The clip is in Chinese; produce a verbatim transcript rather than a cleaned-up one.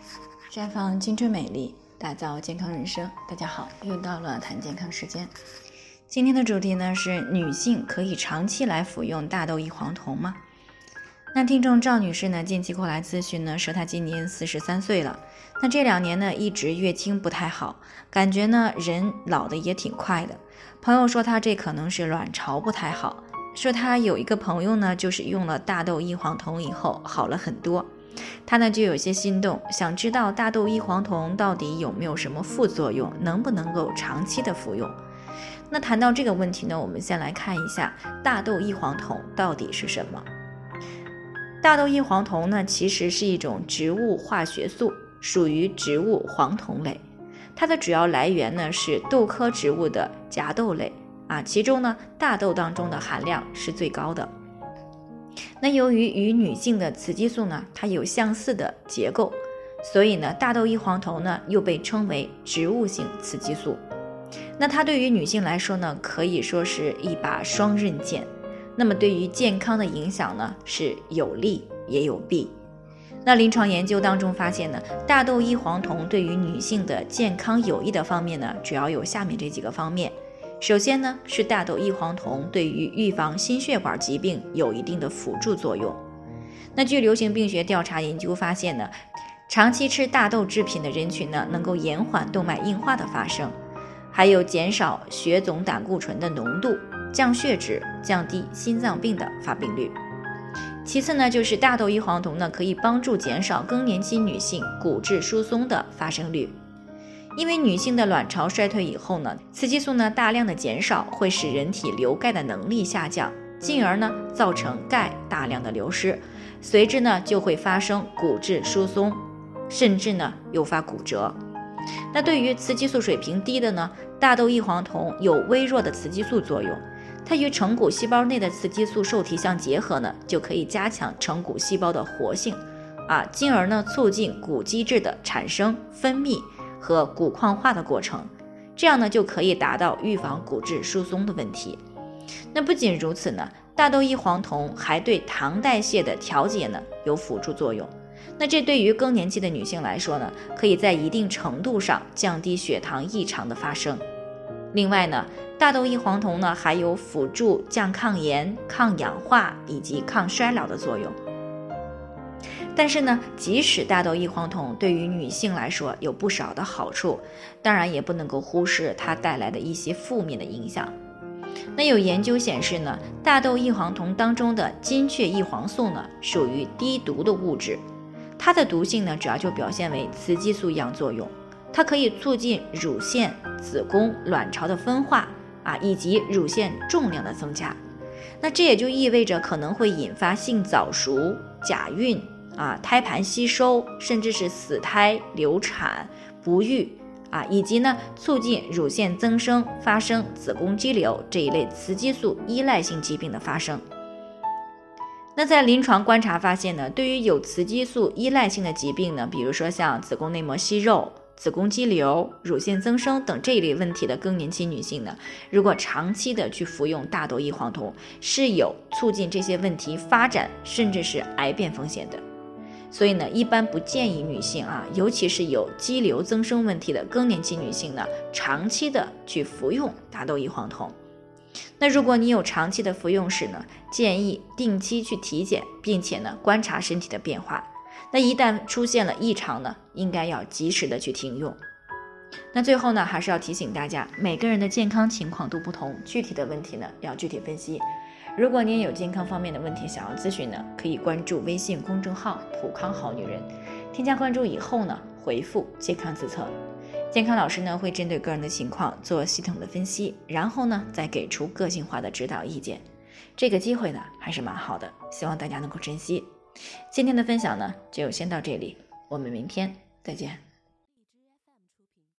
绽放青春美丽，打造健康人生。大家好，又到了谈健康时间。今天的主题呢是女性可以长期来服用大豆异黄酮吗？那听众赵女士呢近期过来咨询呢，说她今年四十三岁了，那这两年呢一直月经不太好，感觉呢人老的也挺快的。朋友说她这可能是卵巢不太好，说她有一个朋友呢就是用了大豆异黄酮以后好了很多。他呢就有些心动，想知道大豆异黄酮到底有没有什么副作用，能不能够长期的服用。那谈到这个问题呢，我们先来看一下大豆异黄酮到底是什么。大豆异黄酮呢其实是一种植物化学素，属于植物黄酮类，它的主要来源呢是豆科植物的荚豆类啊，其中呢大豆当中的含量是最高的。那由于与女性的雌激素呢，它有相似的结构，所以呢，大豆异黄酮呢又被称为植物性雌激素。那它对于女性来说呢，可以说是一把双刃剑。那么对于健康的影响呢，是有利也有弊。那临床研究当中发现呢，大豆异黄酮对于女性的健康有益的方面呢，主要有下面这几个方面。首先呢，是大豆异黄酮对于预防心血管疾病有一定的辅助作用。那据流行病学调查研究发现呢，长期吃大豆制品的人群呢，能够延缓动脉硬化的发生，还有减少血总胆固醇的浓度，降血脂，降低心脏病的发病率。其次呢，就是大豆异黄酮呢，可以帮助减少更年期女性骨质疏松的发生率。因为女性的卵巢衰退以后呢，雌激素呢大量的减少，会使人体留钙的能力下降，进而呢造成钙大量的流失，随之呢就会发生骨质疏松，甚至呢诱发骨折。那对于雌激素水平低的呢，大豆异黄酮有微弱的雌激素作用，它与成骨细胞内的雌激素受体相结合呢，就可以加强成骨细胞的活性啊，进而呢促进骨基质的产生、分泌和骨矿化的过程，这样呢就可以达到预防骨质疏松的问题。那不仅如此呢，大豆异黄酮还对糖代谢的调节呢有辅助作用。那这对于更年期的女性来说呢，可以在一定程度上降低血糖异常的发生。另外呢，大豆异黄酮呢还有辅助降抗炎、抗氧化以及抗衰老的作用。但是呢，即使大豆异黄酮对于女性来说有不少的好处，当然也不能够忽视它带来的一些负面的影响。那有研究显示呢，大豆异黄酮当中的金雀异黄素呢，属于低毒的物质，它的毒性呢，主要就表现为雌激素样作用，它可以促进乳腺、子宫、卵巢的分化啊，以及乳腺重量的增加。那这也就意味着可能会引发性早熟、假孕啊、胎盘吸收，甚至是死胎、流产、不育啊，以及呢促进乳腺增生、发生子宫肌瘤这一类雌激素依赖性疾病的发生。那在临床观察发现呢，对于有雌激素依赖性的疾病呢，比如说像子宫内膜息肉、子宫肌瘤、乳腺增生等这一类问题的更年期女性呢，如果长期的去服用大豆异黄酮，是有促进这些问题发展，甚至是癌变风险的。所以呢，一般不建议女性啊，尤其是有肌瘤增生问题的更年期女性呢，长期的去服用大豆异黄酮。那如果你有长期的服用史呢，建议定期去体检，并且呢观察身体的变化。那一旦出现了异常呢，应该要及时的去停用。那最后呢，还是要提醒大家，每个人的健康情况都不同，具体的问题呢要具体分析。如果您有健康方面的问题想要咨询呢，可以关注微信公众号普康好女人，添加关注以后呢，回复健康自测，健康老师呢会针对个人的情况做系统的分析，然后呢再给出个性化的指导意见。这个机会呢还是蛮好的，希望大家能够珍惜。今天的分享呢就先到这里，我们明天再见。